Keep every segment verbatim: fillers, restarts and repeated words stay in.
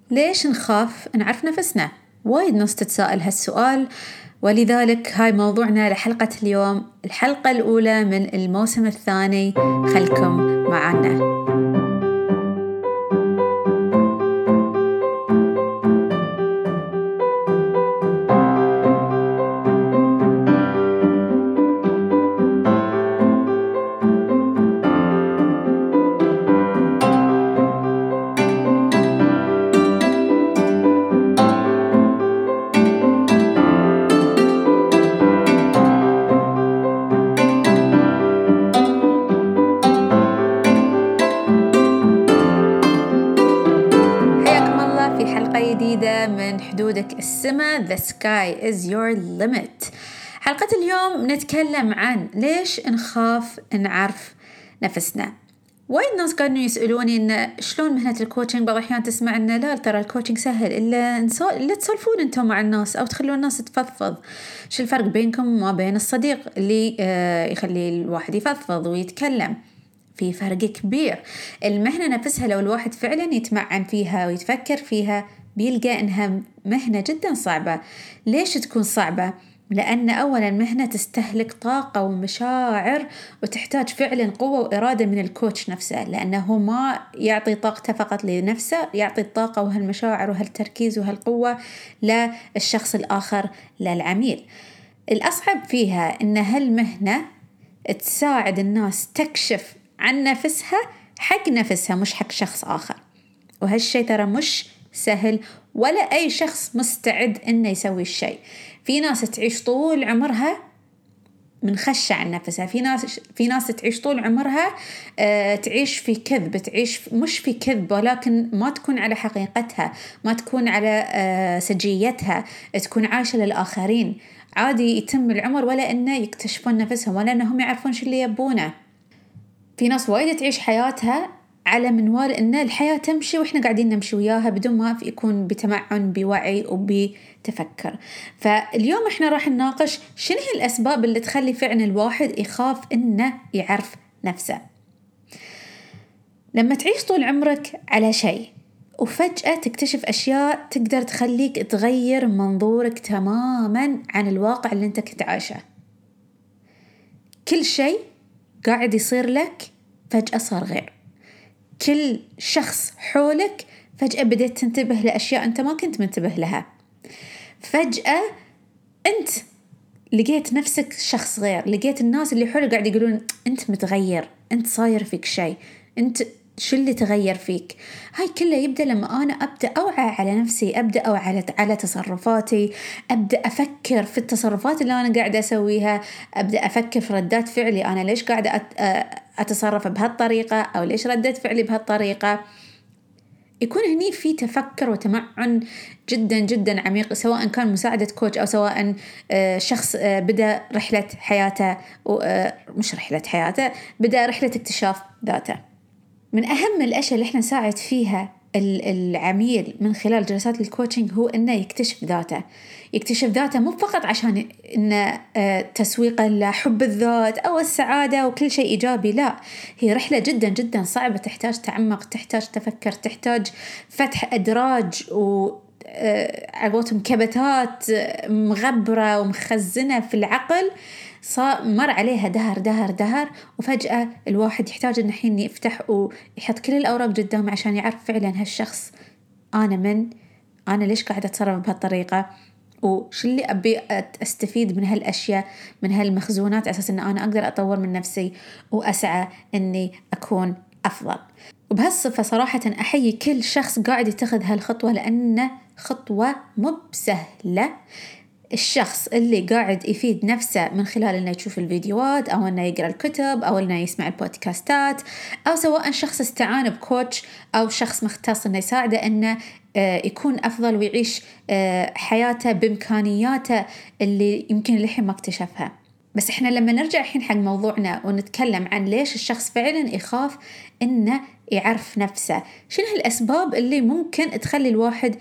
ليش نخاف نعرف نفسنا؟ وايد ناس تتساءل هالسؤال، ولذلك هاي موضوعنا لحلقة اليوم، الحلقة الأولى من الموسم الثاني. خلكم معنا. جديدة من حدودك السماء. The sky is your limit. حلقة اليوم نتكلم عن ليش نخاف نعرف نفسنا. وايد ناس كانوا يسألوني إن شلون مهنة الكوتشنج. بعض الأحيان تسمع إن لا ترى الكوتشنج سهل، إلا نسول إلا تسولفون أنتم مع الناس أو تخلون الناس تفضفض. شو الفرق بينكم وما بين الصديق اللي يخلي الواحد يفضفض ويتكلم؟ في فرق كبير. المهنة نفسها لو الواحد فعلا يتمعن فيها ويتفكر فيها بيلقى إنها مهنة جدا صعبة. ليش تكون صعبة؟ لأن أولا مهنة تستهلك طاقة ومشاعر وتحتاج فعلا قوة وإرادة من الكوتش نفسه، لأنه ما يعطي طاقته فقط لنفسه، يعطي الطاقة وهالمشاعر وهالتركيز وهالقوة للشخص الآخر، للعميل. الأصعب فيها إن هالمهنة تساعد الناس تكشف عن نفسها حق نفسها، مش حق شخص آخر. وهالشي ترى مش سهل، ولا أي شخص مستعد إنه يسوي الشيء. في ناس تعيش طول عمرها منخشة عن نفسها، في ناس في ناس تعيش طول عمرها آه تعيش في كذب، تعيش مش في كذب ولكن ما تكون على حقيقتها، ما تكون على آه سجيتها، تكون عايشة للآخرين. عادي يتم العمر ولا إنه يكتشفون نفسهم ولا إنهم يعرفون شو اللي يبونه. في ناس وايد تعيش حياتها على منوال إن الحياة تمشي وإحنا قاعدين نمشي وياها بدون ما يكون بتمعن بوعي وبتفكر. فاليوم إحنا راح نناقش شنو هي الأسباب اللي تخلي فعلا الواحد يخاف إنه يعرف نفسه. لما تعيش طول عمرك على شيء وفجأة تكتشف أشياء تقدر تخليك تغير منظورك تماما عن الواقع اللي أنت كنت عايشه. كل شيء قاعد يصير لك فجأة صار غير. كل شخص حولك فجأة بدأت تنتبه لأشياء أنت ما كنت منتبه لها. فجأة أنت لقيت نفسك شخص غير، لقيت الناس اللي حولك قاعد يقولون أنت متغير، أنت صاير فيك شيء، أنت شو اللي تغير فيك. هاي كلها يبدأ لما أنا أبدأ أوعى على نفسي، أبدأ أوعى على على تصرفاتي، أبدأ أفكر في التصرفات اللي أنا قاعدة أسويها، أبدأ أفكر في ردات فعلي، أنا ليش قاعدة أتصرف بهالطريقة أو ليش ردت فعلي بهالطريقة. يكون هني في تفكر وتمعن جدا جدا عميق، سواء كان مساعدة كوتش أو سواء شخص بدأ رحلة حياته، مش رحلة حياته، بدأ رحلة اكتشاف ذاته. من أهم الأشياء اللي احنا نساعد فيها العميل من خلال جلسات الكوتشنج هو إنه يكتشف ذاته. يكتشف ذاته مو فقط عشان إنه تسويقه لحب الذات أو السعادة وكل شيء إيجابي، لا، هي رحلة جدا جدا صعبة، تحتاج تعمق، تحتاج تفكر، تحتاج فتح أدراج و عقوتهم كبتات مغبرة ومخزنة في العقل، صار مر عليها دهر دهر دهر، وفجأة الواحد يحتاج إنه حين يفتح ويحط كل الأوراق قدامه عشان يعرف فعلا هالشخص أنا من أنا ليش قاعدة أتصرف بهالطريقة، وش اللي أبي أستفيد من هالأشياء، من هالمخزونات، أساس إن أنا أقدر أطور من نفسي وأسعى إني أكون أفضل. وبهالصفة صراحة أحيي كل شخص قاعد يتخذ هالخطوة، لأنه خطوة مو بسهلة. الشخص اللي قاعد يفيد نفسه من خلال إنه يشوف الفيديوهات أو إنه يقرأ الكتب أو إنه يسمع البودكاستات، أو سواء شخص استعان بكوتش أو شخص مختص إنه يساعده إنه يكون أفضل ويعيش حياته بإمكانياته اللي يمكن الحين ما اكتشفها. بس إحنا لما نرجع الحين حق موضوعنا ونتكلم عن ليش الشخص فعلا يخاف إنه يعرف نفسه، شنو هالأسباب اللي ممكن تخلي الواحد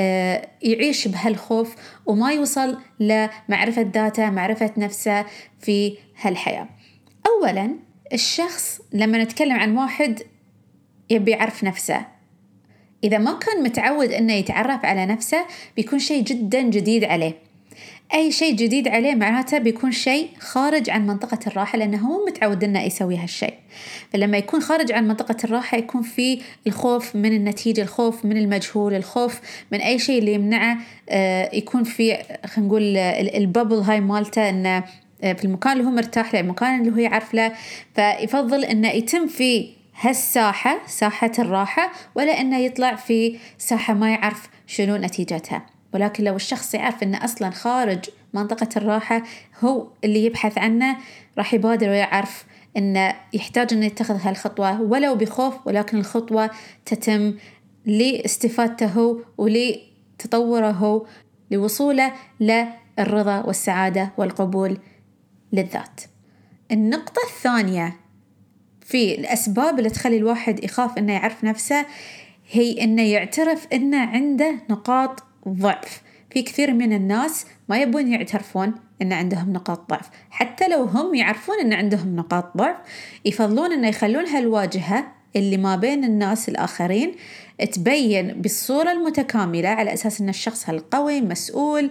يعيش بهالخوف وما يوصل لمعرفة ذاته، معرفة نفسه في هالحياة. أولا، الشخص لما نتكلم عن واحد يبي يعرف نفسه، إذا ما كان متعود إنه يتعرف على نفسه بيكون شيء جدا جديد عليه. أي شيء جديد عليه معناته بيكون شيء خارج عن منطقة الراحة، لأنه هو متعود إنه يسوي هالشيء. فلما يكون خارج عن منطقة الراحة يكون في الخوف من النتيجة، الخوف من المجهول، الخوف من أي شيء اللي يمنعه يكون في، خلينا نقول البابل هاي مالته، إنه في المكان اللي هو مرتاح له، المكان اللي هو يعرف له، فيفضل إنه يتم في هالساحة، ساحة الراحة، ولا إنه يطلع في ساحة ما يعرف شنو نتيجتها. ولكن لو الشخص يعرف إنه أصلاً خارج منطقة الراحة هو اللي يبحث عنه، راح يبادر ويعرف إنه يحتاج إنه يتخذ هالخطوة ولو بخوف، ولكن الخطوة تتم لاستفادته ولتطوره، لوصوله للرضا والسعادة والقبول للذات. النقطة الثانية في الأسباب اللي تخلي الواحد يخاف إنه يعرف نفسه هي إنه يعترف إنه عنده نقاط ضعف. في كثير من الناس ما يبون يعترفون إن عندهم نقاط ضعف، حتى لو هم يعرفون إن عندهم نقاط ضعف يفضلون إنه يخلون هالواجهة اللي ما بين الناس الآخرين تبين بالصورة المتكاملة، على أساس إن الشخص هالقوي، مسؤول،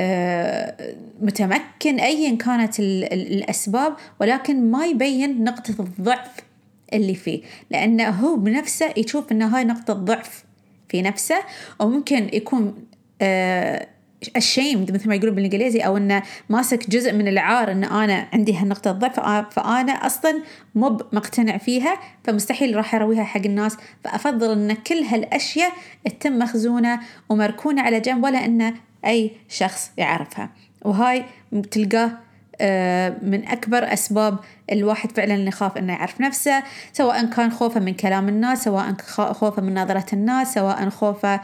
متمكن، أيا كانت الأسباب، ولكن ما يبين نقطة الضعف اللي فيه، لأنه هو بنفسه يشوف إن هاي نقطة ضعف في نفسه، وممكن يكون الشيم مثل ما يقولون بالإنجليزي، أو إنه ماسك جزء من العار إن أنا عندي هالنقطة الضعف، فأنا أصلاً مو مقتنع فيها، فمستحيل راح أرويها حق الناس. فأفضل إن كل هالأشياء تتم مخزونة ومركونة على جنب، ولا إن أي شخص يعرفها. وهاي تلقاه من أكبر أسباب الواحد فعلا اللي يخاف إنه يعرف نفسه، سواء كان خوفه من كلام الناس، سواء خوفه من نظرة الناس، سواء خوفه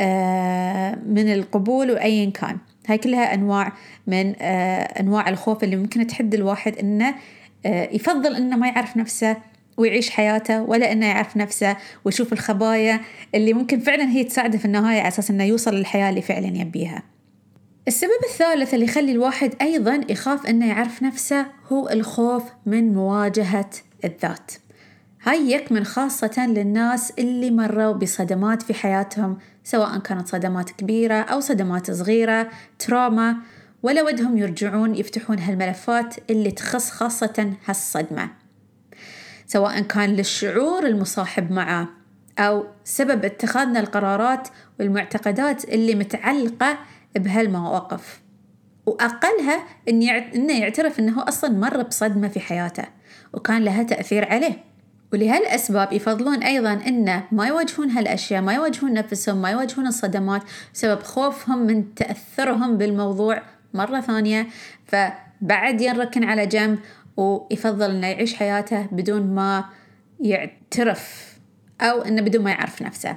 من القبول، وأيا كان. هاي كلها أنواع من أنواع الخوف اللي ممكن تحد الواحد إنه يفضل إنه ما يعرف نفسه ويعيش حياته، ولا إنه يعرف نفسه ويشوف الخبايا اللي ممكن فعلا هي تساعده في النهاية على أساس إنه يوصل للحياة اللي فعلا يبيها. السبب الثالث اللي يخلي الواحد أيضاً يخاف إنه يعرف نفسه هو الخوف من مواجهة الذات. هاي يكمن خاصة للناس اللي مروا بصدمات في حياتهم، سواء كانت صدمات كبيرة أو صدمات صغيرة، تراما، ولا ودهم يرجعون يفتحون هالملفات اللي تخص خاصة هالصدمة، سواء كان للشعور المصاحب معه أو سبب اتخاذنا القرارات والمعتقدات اللي متعلقة بهالمواقف، وأقلها إنه يعترف إنه أصلاً مر بصدمة في حياته وكان لها تأثير عليه. ولهالأسباب يفضلون أيضاً إنه ما يواجهون هالأشياء، ما يواجهون نفسهم، ما يواجهون الصدمات بسبب خوفهم من تأثرهم بالموضوع مرة ثانية، فبعد ينركن على جنب ويفضل إنه يعيش حياته بدون ما يعترف، أو إنه بدون ما يعرف نفسه.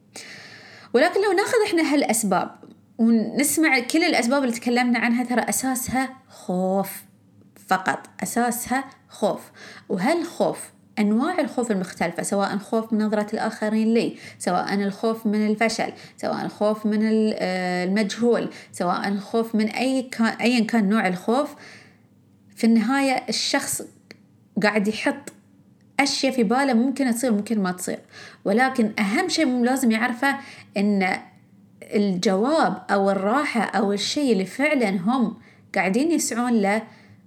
ولكن لو ناخذ إحنا هالأسباب ونسمع كل الأسباب اللي تكلمنا عنها، ترى أساسها خوف فقط، أساسها خوف. وهالخوف أنواع الخوف المختلفة، سواء خوف من نظرة الآخرين لي، سواء الخوف من الفشل، سواء الخوف من المجهول، سواء الخوف من أي كان أيا كان نوع الخوف. في النهاية الشخص قاعد يحط أشياء في باله ممكن تصير ممكن ما تصير، ولكن أهم شيء لازم يعرفه إن الجواب أو الراحة أو الشيء اللي فعلا هم قاعدين يسعون له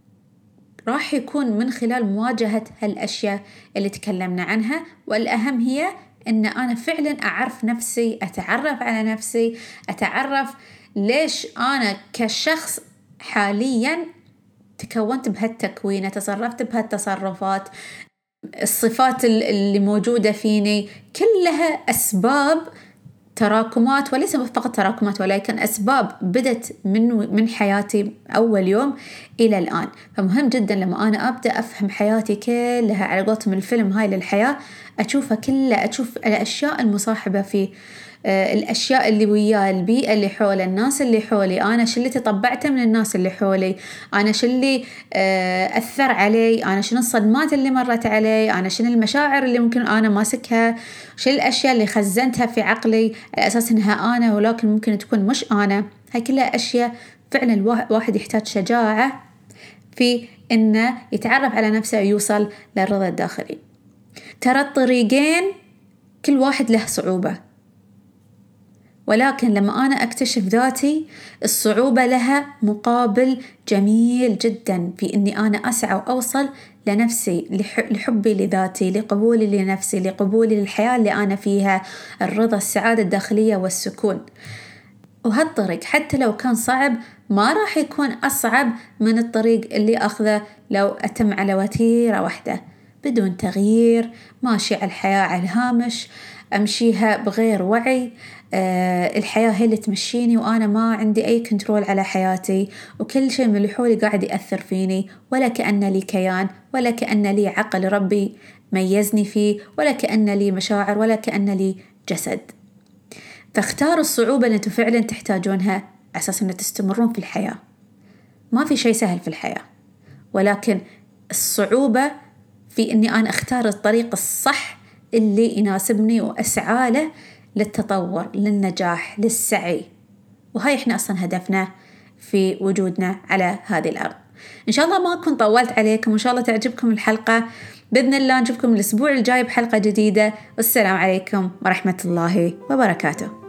راح يكون من خلال مواجهة هالأشياء اللي تكلمنا عنها. والأهم هي أن أنا فعلا أعرف نفسي، أتعرف على نفسي، أتعرف ليش أنا كشخص حاليا تكونت بهالتكوين، تصرفت بهالتصرفات، الصفات اللي موجودة فيني كلها أسباب تراكمات، وليس فقط تراكمات ولكن أسباب بدت من من حياتي أول يوم إلى الآن. فمهم جدا لما أنا أبدأ أفهم حياتي كلها على قولتهم الفيلم هاي للحياة، أشوفها كلها، أشوف الأشياء المصاحبة فيه، الأشياء اللي وياه، البيئة اللي حولي، الناس اللي حولي، أنا شو اللي تطبعته من الناس اللي حولي، أنا شو اللي أثر علي، أنا شنو الصدمات اللي مرت علي، أنا شنو المشاعر اللي ممكن أنا ماسكها، شو الأشياء اللي خزنتها في عقلي على أساس إنها أنا ولكن ممكن تكون مش أنا. هاي كلها أشياء فعلا الواحد يحتاج شجاعة في إنه يتعرف على نفسه ويوصل للرضا الداخلي. ترى الطريقين كل واحد له صعوبة، ولكن لما أنا أكتشف ذاتي الصعوبة لها مقابل جميل جدا في إني أنا أسعى وأوصل لنفسي، لحبي لذاتي، لقبولي لنفسي، لقبولي للحياة اللي أنا فيها، الرضا، السعادة الداخلية والسكون. وهالطريق حتى لو كان صعب ما راح يكون أصعب من الطريق اللي أخذه لو أتم على وتيرة واحدة بدون تغيير، ماشي على الحياة على الهامش، أمشيها بغير وعي. أه الحياة هي اللي تمشيني وأنا ما عندي أي كنترول على حياتي، وكل شيء من اللي حولي قاعد يأثر فيني، ولا كأن لي كيان، ولا كأن لي عقل ربي ميزني فيه، ولا كأن لي مشاعر، ولا كأن لي جسد. فاختاروا الصعوبة اللي أنتم فعلا تحتاجونها على أساس أن تستمرون في الحياة. ما في شيء سهل في الحياة، ولكن الصعوبة في أني أنا أختار الطريق الصح اللي يناسبني وأسعى له للتطور، للنجاح، للسعي. وهاي إحنا أصلا هدفنا في وجودنا على هذه الأرض. إن شاء الله ما أكون طولت عليكم، وإن شاء الله تعجبكم الحلقة. بإذن الله نشوفكم الأسبوع الجاي بحلقة جديدة. والسلام عليكم ورحمة الله وبركاته.